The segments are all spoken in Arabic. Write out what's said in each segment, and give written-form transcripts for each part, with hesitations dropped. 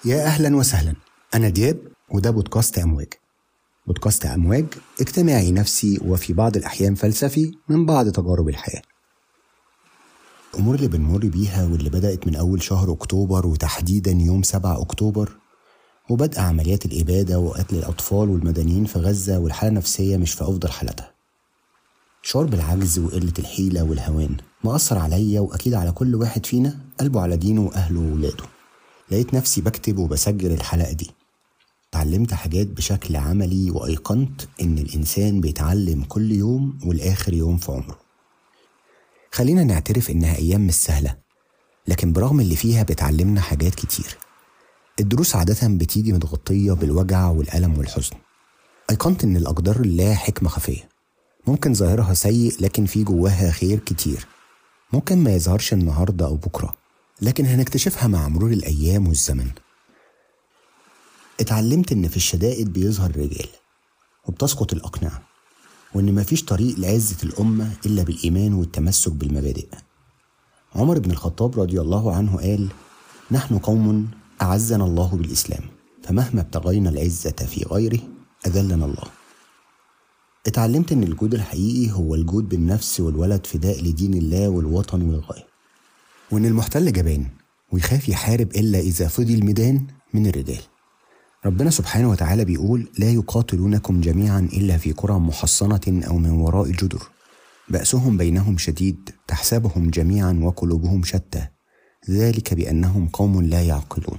يا أهلا وسهلا، أنا دياب وده بودكاست أمواج. بودكاست أمواج اجتماعي نفسي وفي بعض الأحيان فلسفي من بعض تجارب الحياة. الأمور اللي بنمر بيها واللي بدأت من أول شهر أكتوبر وتحديدا يوم 7 أكتوبر وبدأ عمليات الإبادة وقتل الأطفال والمدنيين في غزة، والحالة النفسية مش في أفضل حالتها. شعور بالعجز وقلة الحيلة والهوان مأثر عليا وأكيد على كل واحد فينا قلبه على دينه وأهله وولاده. لقيت نفسي بكتب وبسجل الحلقة دي. اتعلمت حاجات بشكل عملي وأيقنت إن الإنسان بيتعلم كل يوم والآخر يوم في عمره. خلينا نعترف إنها أيام مش سهلة، لكن برغم اللي فيها بتعلمنا حاجات كتير. الدروس عادة بتيجي متغطية بالوجع والألم والحزن. أيقنت إن الأقدار لله حكمة خفية، ممكن ظاهرها سيء لكن في جواها خير كتير. ممكن ما يظهرش النهاردة أو بكرة، لكن هنكتشفها مع مرور الأيام والزمن. اتعلمت إن في الشدائد بيظهر الرجال وبتسقط الأقنعة، وإن مفيش طريق لعزة الأمة إلا بالإيمان والتمسك بالمبادئ. عمر بن الخطاب رضي الله عنه قال: نحن قوم أعزنا الله بالإسلام، فمهما ابتغينا العزة في غيره أذلنا الله. اتعلمت إن الجود الحقيقي هو الجود بالنفس والولد فداء لدين الله والوطن والغاية، وإن المحتل جبان ويخاف يحارب إلا إذا فضي الميدان من الرجال. ربنا سبحانه وتعالى بيقول: لا يقاتلونكم جميعا إلا في قرى محصنة أو من وراء جدر بأسهم بينهم شديد تحسبهم جميعا وقلوبهم شتى ذلك بأنهم قوم لا يعقلون.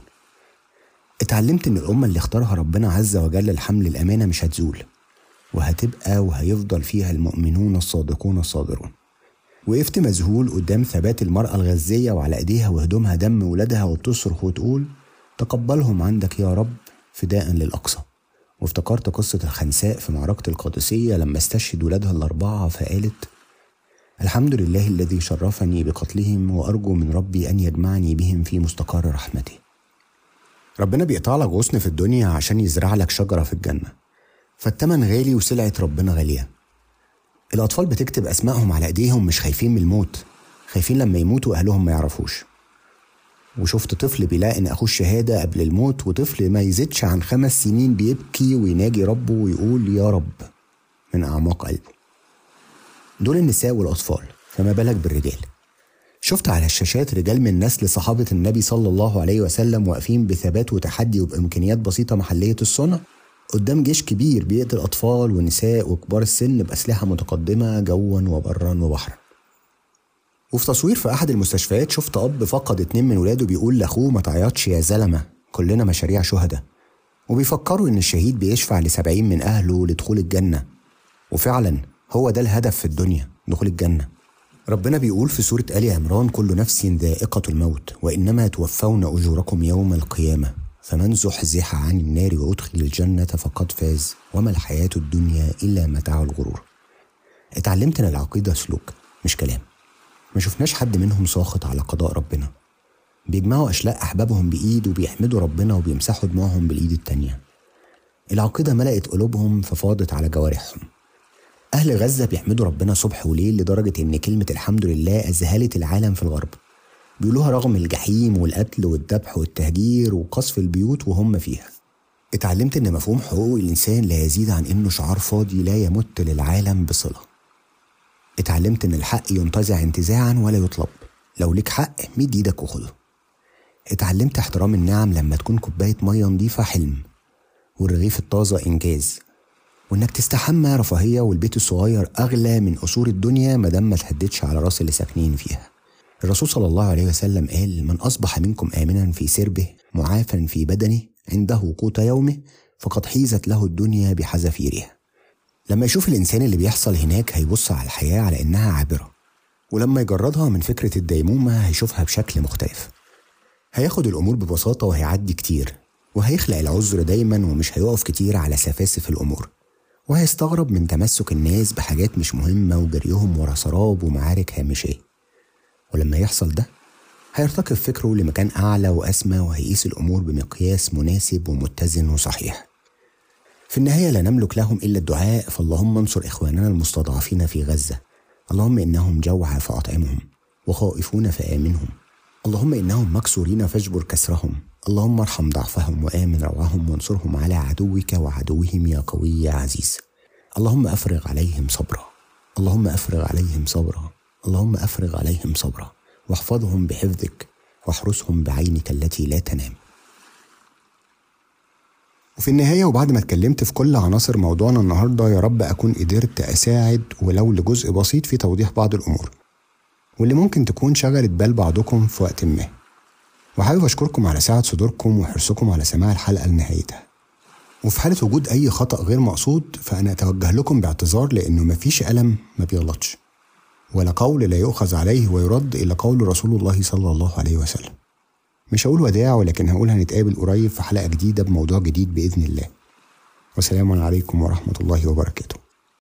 اتعلمت إن الأمة اللي اختارها ربنا عز وجل الحمل الأمانة مش هتزول، وهتبقى وهيفضل فيها المؤمنون الصادقون الصابرون. وقفت مذهول قدام ثبات المرأة الغزية وعلى ايديها وهدومها دم ولادها وبتصرخ وتقول: تقبلهم عندك يا رب فداء للأقصى. وافتكرت قصة الخنساء في معركة القادسية لما استشهد ولادها الأربعة، فقالت: الحمد لله الذي شرفني بقتلهم، وأرجو من ربي أن يجمعني بهم في مستقر رحمته. ربنا بيقطع لك غصن في الدنيا عشان يزرع لك شجرة في الجنة، فالتمن غالي وسلعة ربنا غالية. الأطفال بتكتب أسمائهم على إيديهم مش خايفين من الموت، خايفين لما يموتوا أهلهم ما يعرفوش. وشفت طفل بيلاقي إن أخوه الشهادة قبل الموت، وطفل ما يزيدش عن 5 سنين بيبكي ويناجي ربه ويقول يا رب من أعماق قلبه. دول النساء والأطفال، فما بالك بالرجال. شفت على الشاشات رجال من نسل صحابة النبي صلى الله عليه وسلم واقفين بثبات وتحدي وبإمكانيات بسيطة محلية الصنع قدام جيش كبير بيقتل أطفال ونساء وكبار السن بأسلحة متقدمة جوا وبرا وبحرا. وفي تصوير في أحد المستشفيات شفت أب فقد 2 من ولاده بيقول لأخوه: ما تعيطش يا زلمة، كلنا مشاريع شهداء. وبيفكروا إن الشهيد بيشفع ل70 من أهله لدخول الجنة، وفعلا هو ده الهدف في الدنيا، دخول الجنة. ربنا بيقول في سورة آل عمران: كل نفس ذائقة الموت وإنما توفون أجوركم يوم القيامة فمن زحزح عن النار وأدخل الجنة فقد فاز وما الحياة الدنيا إلا متاع الغرور. اتعلمت إن العقيدة سلوك مش كلام. ما شفناش حد منهم ساخط على قضاء ربنا. بيجمعوا أشلاء أحبابهم بإيد وبيحمدوا ربنا وبيمسحوا دموعهم بالإيد التانية. العقيدة ملأت قلوبهم ففاضت على جوارحهم. أهل غزة بيحمدوا ربنا صبح وليل لدرجة إن كلمة الحمد لله أذهلت العالم في الغرب. بيقولوها رغم الجحيم والقتل والذبح والتهجير وقصف البيوت وهم فيها. اتعلمت إن مفهوم حقوق الإنسان لا يزيد عن إنه شعار فاضي لا يمت للعالم بصلة. اتعلمت إن الحق ينتزع انتزاعا ولا يطلب، لو ليك حق مد ايدك وخده. اتعلمت احترام النعم لما تكون كوباية مية نظيفة حلم، والرغيف الطازة إنجاز، وإنك تستحمى رفاهية، والبيت الصغير أغلى من قصور الدنيا مادام ما تهددش على راس اللي ساكنين فيها. الرسول صلى الله عليه وسلم قال: من أصبح منكم آمنا في سربه معافا في بدنه عنده قوت يومه فقد حيزت له الدنيا بحذافيرها. لما يشوف الإنسان اللي بيحصل هناك هيبص على الحياة على إنها عابرة، ولما يجردها من فكرة الديمومة هيشوفها بشكل مختلف. هياخد الأمور ببساطة وهيعدي كتير، وهيخلق العذر دايما ومش هيقف كتير على سفاسف الأمور، وهيستغرب من تمسك الناس بحاجات مش مهمة وجريهم ورا سراب ومعارك هامشية. ولما يحصل ده هيرتقي فكره لمكان أعلى وأسمى، وهيقيس الأمور بمقياس مناسب ومتزن وصحيح. في النهاية لا نملك لهم إلا الدعاء، فاللهم انصر إخواننا المستضعفين في غزة، اللهم إنهم جوعى فأطعمهم وخائفون فآمنهم اللهم إنهم مكسورين فاجبر كسرهم، اللهم ارحم ضعفهم وآمن روعهم وانصرهم على عدوك وعدوهم يا قوي يا عزيز. اللهم أفرغ عليهم صبرا، اللهم أفرغ عليهم صبرا، اللهم أفرغ عليهم صبرا، واحفظهم بحفظك واحرسهم بعينك التي لا تنام. وفي النهاية وبعد ما اتكلمت في كل عناصر موضوعنا النهاردة، يا رب أكون قدرت أساعد ولو لجزء بسيط في توضيح بعض الأمور واللي ممكن تكون شغلت بال بعضكم في وقت ما. وحابب أشكركم على سعة صدوركم وحرصكم على سماع الحلقة لنهايتها. وفي حالة وجود أي خطأ غير مقصود فأنا أتوجه لكم باعتذار، لأنه مفيش قلم ما بيغلطش، ولا قول لا يؤخذ عليه ويرد إلا قول رسول الله صلى الله عليه وسلم. مش هقول وداع، ولكن هقول هنتقابل قريب في حلقة جديدة بموضوع جديد بإذن الله. والسلام عليكم ورحمة الله وبركاته.